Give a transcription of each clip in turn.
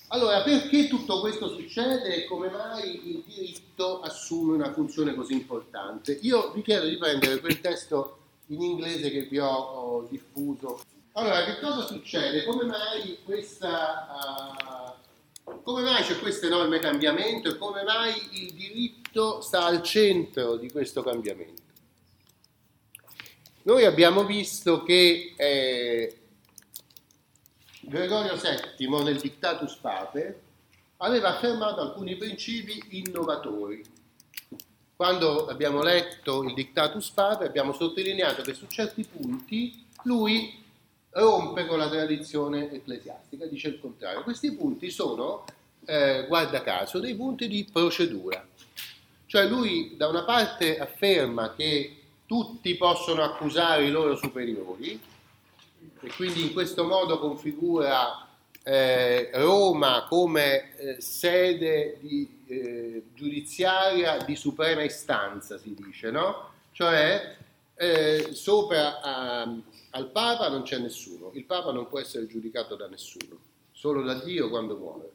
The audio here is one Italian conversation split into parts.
Allora, perché tutto questo succede e come mai il diritto assume una funzione così importante? Io vi chiedo di prendere quel testo in inglese che vi ho diffuso. Allora, che cosa succede? Come mai c'è questo enorme cambiamento e come mai il diritto sta al centro di questo cambiamento? Noi abbiamo visto che Gregorio VII nel Dictatus Pape aveva affermato alcuni principi innovatori. Quando abbiamo letto il Dictatus Pape abbiamo sottolineato che su certi punti lui rompe con la tradizione ecclesiastica, dice il contrario. Questi punti sono, guarda caso, dei punti di procedura. Cioè lui da una parte afferma che tutti possono accusare i loro superiori e quindi in questo modo configura Roma come sede giudiziaria di suprema istanza, si dice, no? Cioè sopra al Papa non c'è nessuno, il Papa non può essere giudicato da nessuno, solo da Dio quando muore.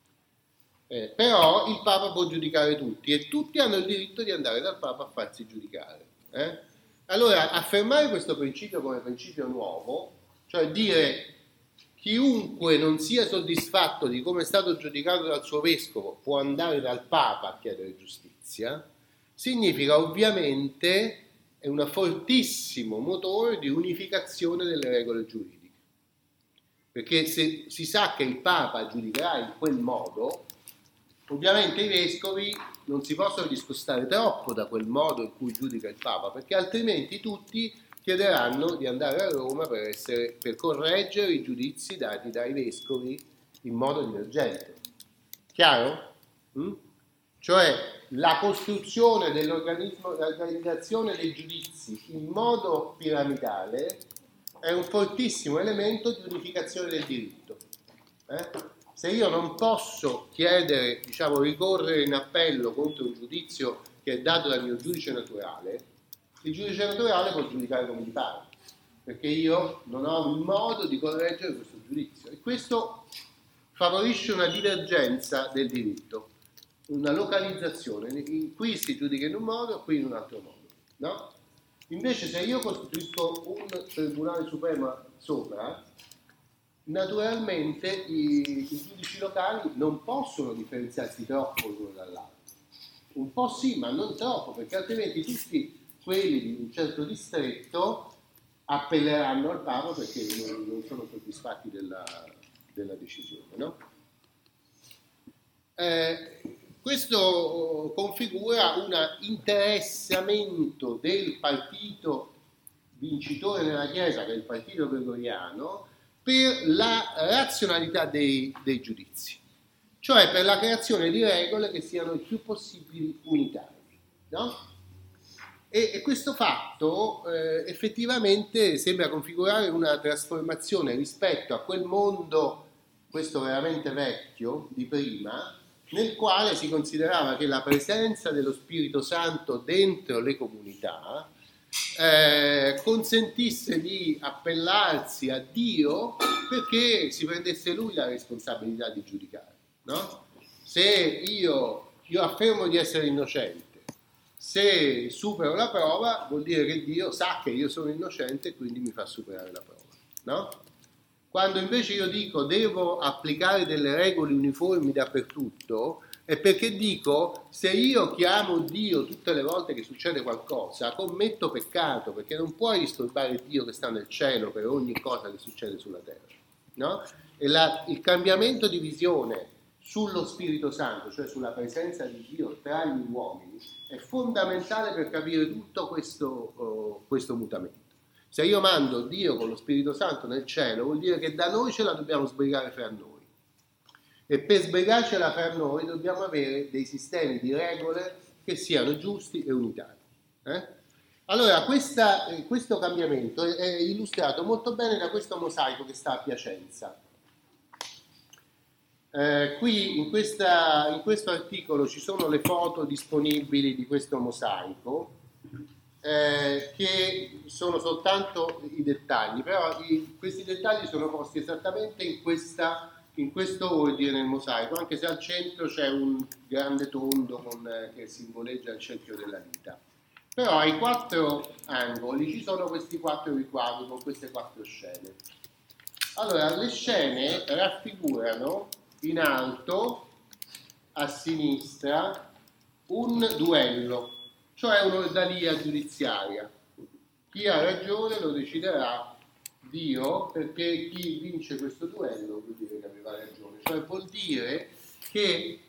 Però il Papa può giudicare tutti e tutti hanno il diritto di andare dal Papa a farsi giudicare. Allora, affermare questo principio come principio nuovo, cioè dire chiunque non sia soddisfatto di come è stato giudicato dal suo vescovo può andare dal Papa a chiedere giustizia, significa ovviamente è un fortissimo motore di unificazione delle regole giuridiche. Perché se si sa che il Papa giudicherà in quel modo, ovviamente i vescovi non si possono discostare troppo da quel modo in cui giudica il Papa, perché altrimenti tutti chiederanno di andare a Roma per correggere i giudizi dati dai vescovi in modo divergente. Chiaro? Cioè la costruzione l'organizzazione dei giudizi in modo piramidale è un fortissimo elemento di unificazione del diritto. Se io non posso chiedere, ricorrere in appello contro un giudizio che è dato dal mio giudice naturale, il giudice naturale può giudicare come gli pare, perché io non ho il modo di correggere questo giudizio. E questo favorisce una divergenza del diritto, una localizzazione. Qui si giudica in un modo, qui in un altro modo, no? Invece se io costituisco un tribunale supremo sopra, naturalmente i giudici locali non possono differenziarsi troppo l'uno dall'altro. Un po' sì, ma non troppo, perché altrimenti tutti quelli di un certo distretto appelleranno al Papa perché non sono soddisfatti della decisione, no? Questo configura un interessamento del partito vincitore nella Chiesa, che è il partito gregoriano, per la razionalità dei giudizi, cioè per la creazione di regole che siano il più possibile unitarie, no? E questo fatto effettivamente sembra configurare una trasformazione rispetto a quel mondo, questo veramente vecchio, di prima, nel quale si considerava che la presenza dello Spirito Santo dentro le comunità consentisse di appellarsi a Dio perché si prendesse lui la responsabilità di giudicare, no? Se io affermo di essere innocente, se supero la prova vuol dire che Dio sa che io sono innocente e quindi mi fa superare la prova, no? Quando invece io dico devo applicare delle regole uniformi dappertutto, è perché dico se io chiamo Dio tutte le volte che succede qualcosa, commetto peccato, perché non puoi disturbare Dio che sta nel cielo per ogni cosa che succede sulla terra, no? E il cambiamento di visione sullo Spirito Santo, cioè sulla presenza di Dio tra gli uomini, è fondamentale per capire tutto questo mutamento. Se io mando Dio con lo Spirito Santo nel cielo, vuol dire che da noi ce la dobbiamo sbrigare fra noi. E per sbrigarcela fra noi dobbiamo avere dei sistemi di regole che siano giusti e unitari. Allora, questo cambiamento è illustrato molto bene da questo mosaico che sta a Piacenza. Qui in questo articolo ci sono le foto disponibili di questo mosaico, che sono soltanto i dettagli, però questi dettagli sono posti esattamente in in questo ordine nel mosaico, anche se al centro c'è un grande tondo che simboleggia il cerchio della vita. Però ai 4 angoli ci sono questi 4 riquadri con queste 4 scene. Allora, le scene raffigurano in alto, a sinistra, un duello, cioè un'ordalia giudiziaria. Chi ha ragione lo deciderà Dio, perché chi vince questo duello vuol dire che aveva ragione, cioè vuol dire che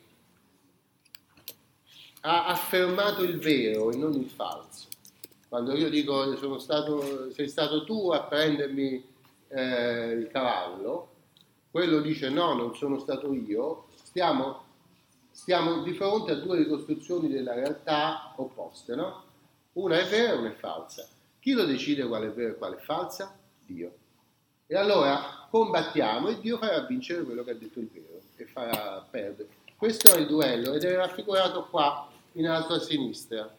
ha affermato il vero e non il falso. Quando io dico sei stato tu a prendermi il cavallo, quello dice no, non sono stato io, stiamo di fronte a 2 ricostruzioni della realtà opposte, no? Una è vera e una è falsa. Chi lo decide quale è vera e quale è falsa? Dio. E allora combattiamo e Dio farà vincere quello che ha detto il vero e farà perdere. Questo è il duello ed è raffigurato qua in alto a sinistra.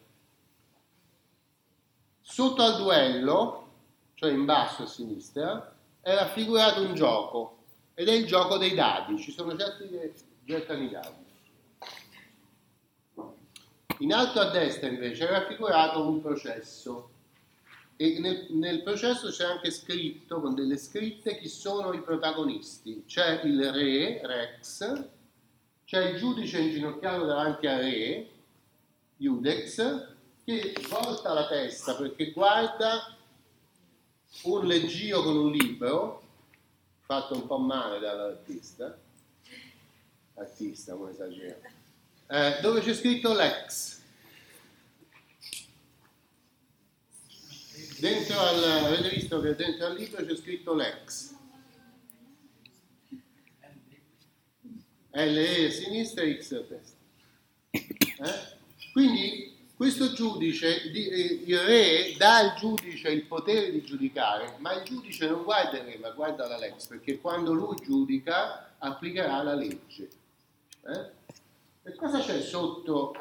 Sotto al duello, cioè in basso a sinistra, è raffigurato un gioco ed è il gioco dei dadi. Ci sono certi che gettano i dadi. In alto a destra invece è raffigurato un processo e nel processo c'è anche scritto con delle scritte chi sono i protagonisti. C'è il re, Rex, c'è il giudice inginocchiato davanti al re, Iudex, che volta la testa perché guarda un leggio con un libro fatto un po' male dall'artista, come esagero, dove c'è scritto Lex. Avete visto che dentro al libro c'è scritto Lex. L-E a sinistra e X a destra. Quindi questo giudice, il re dà al giudice il potere di giudicare, ma il giudice non guarda il re, ma guarda la Lex, perché quando lui giudica applicherà la legge. E cosa c'è sotto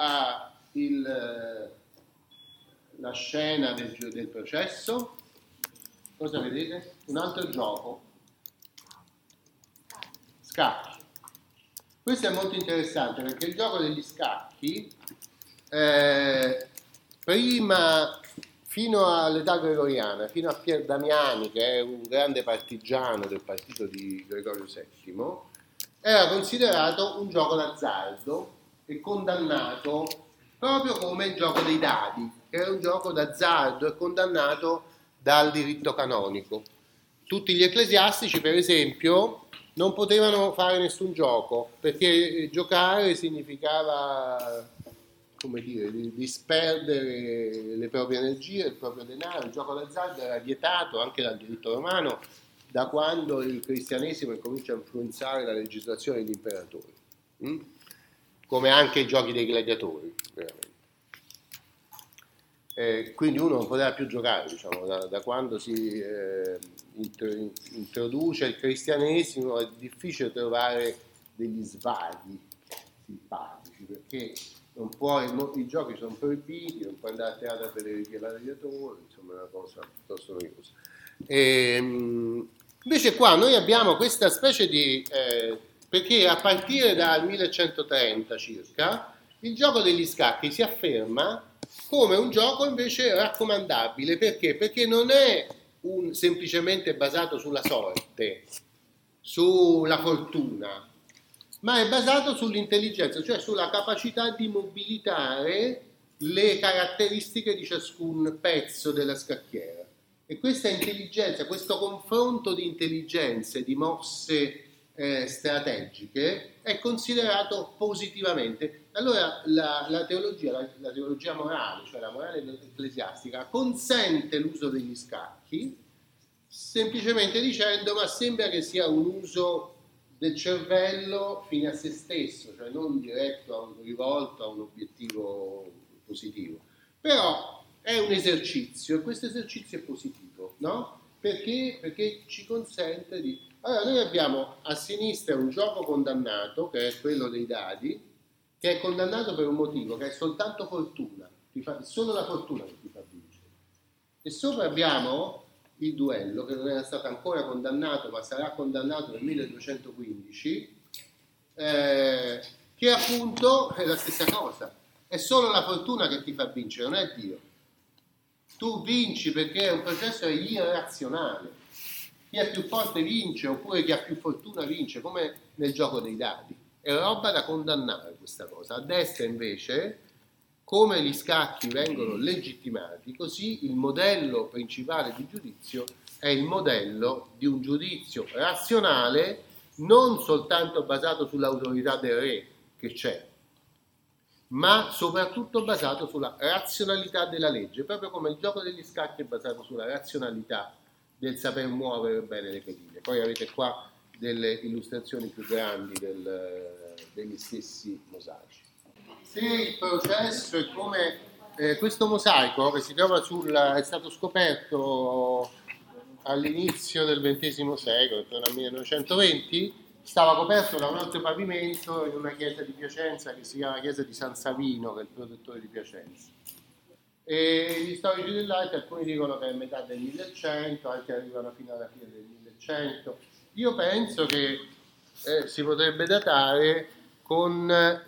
la scena del processo? Cosa vedete? Un altro gioco. Scacchi. Questo è molto interessante perché il gioco degli scacchi prima, fino all'età gregoriana, fino a Pier Damiani, che è un grande partigiano del partito di Gregorio VII, era considerato un gioco d'azzardo e condannato proprio come il gioco dei dadi, che era un gioco d'azzardo e condannato dal diritto canonico. Tutti gli ecclesiastici, per esempio, non potevano fare nessun gioco, perché giocare significava, come dire, disperdere le proprie energie, il proprio denaro. Il gioco d'azzardo era vietato anche dal diritto romano, da quando il cristianesimo comincia a influenzare la legislazione degli imperatori, come anche i giochi dei gladiatori, veramente. Quindi uno non poteva più giocare, diciamo, da quando si introduce il cristianesimo è difficile trovare degli svaghi simpatici, perché non puoi, i giochi sono proibiti, non puoi andare a teatro a vedere i gladiatori, insomma è una cosa piuttosto noiosa. Invece qua noi abbiamo questa specie di perché a partire dal 1130 circa il gioco degli scacchi si afferma come un gioco invece raccomandabile. Perché? Perché non è semplicemente basato sulla sorte, sulla fortuna, ma è basato sull'intelligenza, cioè sulla capacità di mobilitare le caratteristiche di ciascun pezzo della scacchiera. E questa intelligenza, questo confronto di intelligenze, di mosse strategiche, è considerato positivamente. Allora la teologia morale, cioè la morale ecclesiastica, consente l'uso degli scacchi, semplicemente dicendo ma sembra che sia un uso del cervello fine a se stesso, cioè non diretto, rivolto a un obiettivo positivo. Però è un esercizio e questo esercizio è positivo, no? Perché ci consente di... Allora noi abbiamo a sinistra un gioco condannato, che è quello dei dadi, che è condannato per un motivo, che è soltanto fortuna, solo la fortuna che ti fa vincere. E sopra abbiamo il duello, che non era stato ancora condannato, ma sarà condannato nel 1215, che appunto è la stessa cosa. È solo la fortuna che ti fa vincere, non è Dio. Tu vinci perché è un processo irrazionale. Chi è più forte vince, oppure chi ha più fortuna vince, come nel gioco dei dadi. È roba da condannare questa cosa. A destra invece, come gli scacchi vengono legittimati, così il modello principale di giudizio è il modello di un giudizio razionale, non soltanto basato sull'autorità del re, che c'è, ma soprattutto basato sulla razionalità della legge, proprio come il gioco degli scacchi è basato sulla razionalità del saper muovere bene le pedine. Poi avete qua delle illustrazioni più grandi degli stessi mosaici. Se il processo è come questo mosaico che si trova è stato scoperto all'inizio del XX secolo, intorno al 1920, stava coperto da un altro pavimento in una chiesa di Piacenza che si chiama chiesa di San Savino, che è il protettore di Piacenza. E gli storici dell'arte, alcuni dicono che è metà del 1100, altri arrivano fino alla fine del 1100. Io penso che si potrebbe datare con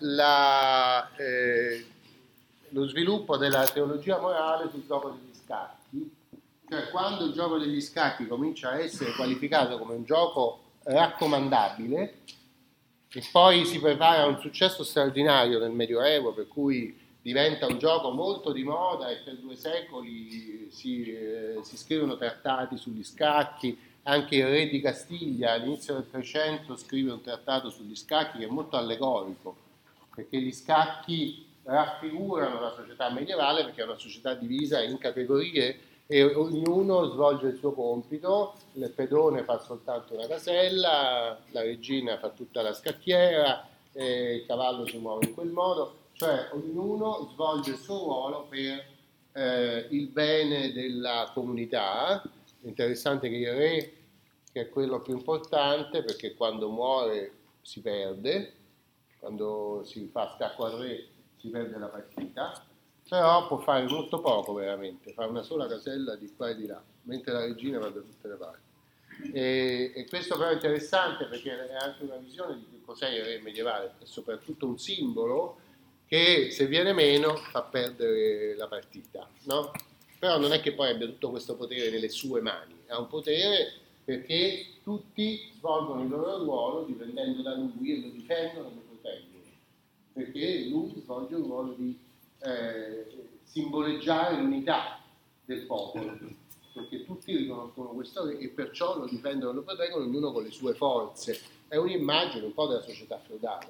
lo sviluppo della teologia morale sul gioco degli scacchi, cioè quando il gioco degli scacchi comincia a essere qualificato come un gioco raccomandabile e poi si prepara a un successo straordinario nel Medioevo, per cui diventa un gioco molto di moda e per 2 secoli si scrivono trattati sugli scacchi. Anche il re di Castiglia all'inizio del 300 scrive un trattato sugli scacchi che è molto allegorico, perché gli scacchi raffigurano la società medievale, perché è una società divisa in categorie e ognuno svolge il suo compito. Il pedone fa soltanto una casella, la regina fa tutta la scacchiera, il cavallo si muove in quel modo, cioè ognuno svolge il suo ruolo per il bene della comunità. È interessante che il re, che è quello più importante, perché quando muore si perde, quando si fa scacco al re si perde la partita, però può fare molto poco veramente, fa una sola casella di qua e di là, mentre la regina va da tutte le parti. E questo però è interessante perché è anche una visione di che cos'è il re medievale, è soprattutto un simbolo che se viene meno fa perdere la partita, no? Però non è che poi abbia tutto questo potere nelle sue mani, ha un potere perché tutti svolgono il loro ruolo dipendendo da lui e lo difendono e lo proteggono, perché lui svolge un ruolo di simboleggiare l'unità del popolo, perché tutti riconoscono questo e perciò lo difendono e lo proteggono, ognuno con le sue forze. È un'immagine un po' della società feudale,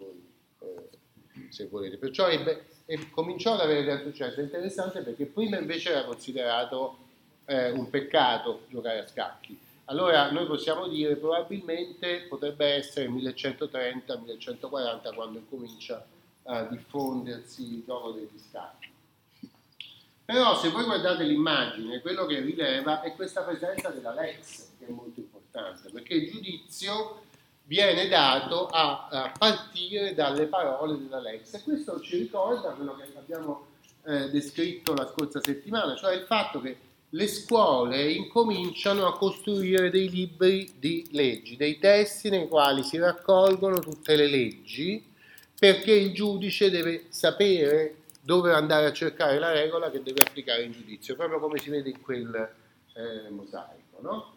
se volete. Perciò cominciò ad avere del successo. È interessante perché prima invece era considerato un peccato giocare a scacchi. Allora noi possiamo dire probabilmente potrebbe essere 1130-1140 quando comincia a diffondersi il gioco degli scacchi. Però se voi guardate l'immagine, quello che rileva è questa presenza della lex, che è molto importante, perché il giudizio viene dato a partire dalle parole della lex, e questo ci ricorda quello che abbiamo descritto la scorsa settimana, cioè il fatto che le scuole incominciano a costruire dei libri di leggi, dei testi nei quali si raccolgono tutte le leggi, perché il giudice deve sapere dove andare a cercare la regola che deve applicare in giudizio, proprio come si vede in quel mosaico, no?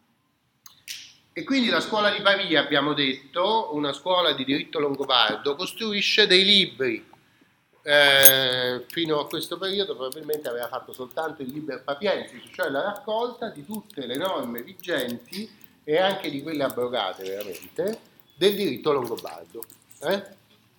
E quindi la scuola di Pavia, abbiamo detto, una scuola di diritto longobardo, costruisce dei libri. Fino a questo periodo probabilmente aveva fatto soltanto il Liber Papiensis, cioè la raccolta di tutte le norme vigenti e anche di quelle abrogate veramente del diritto longobardo.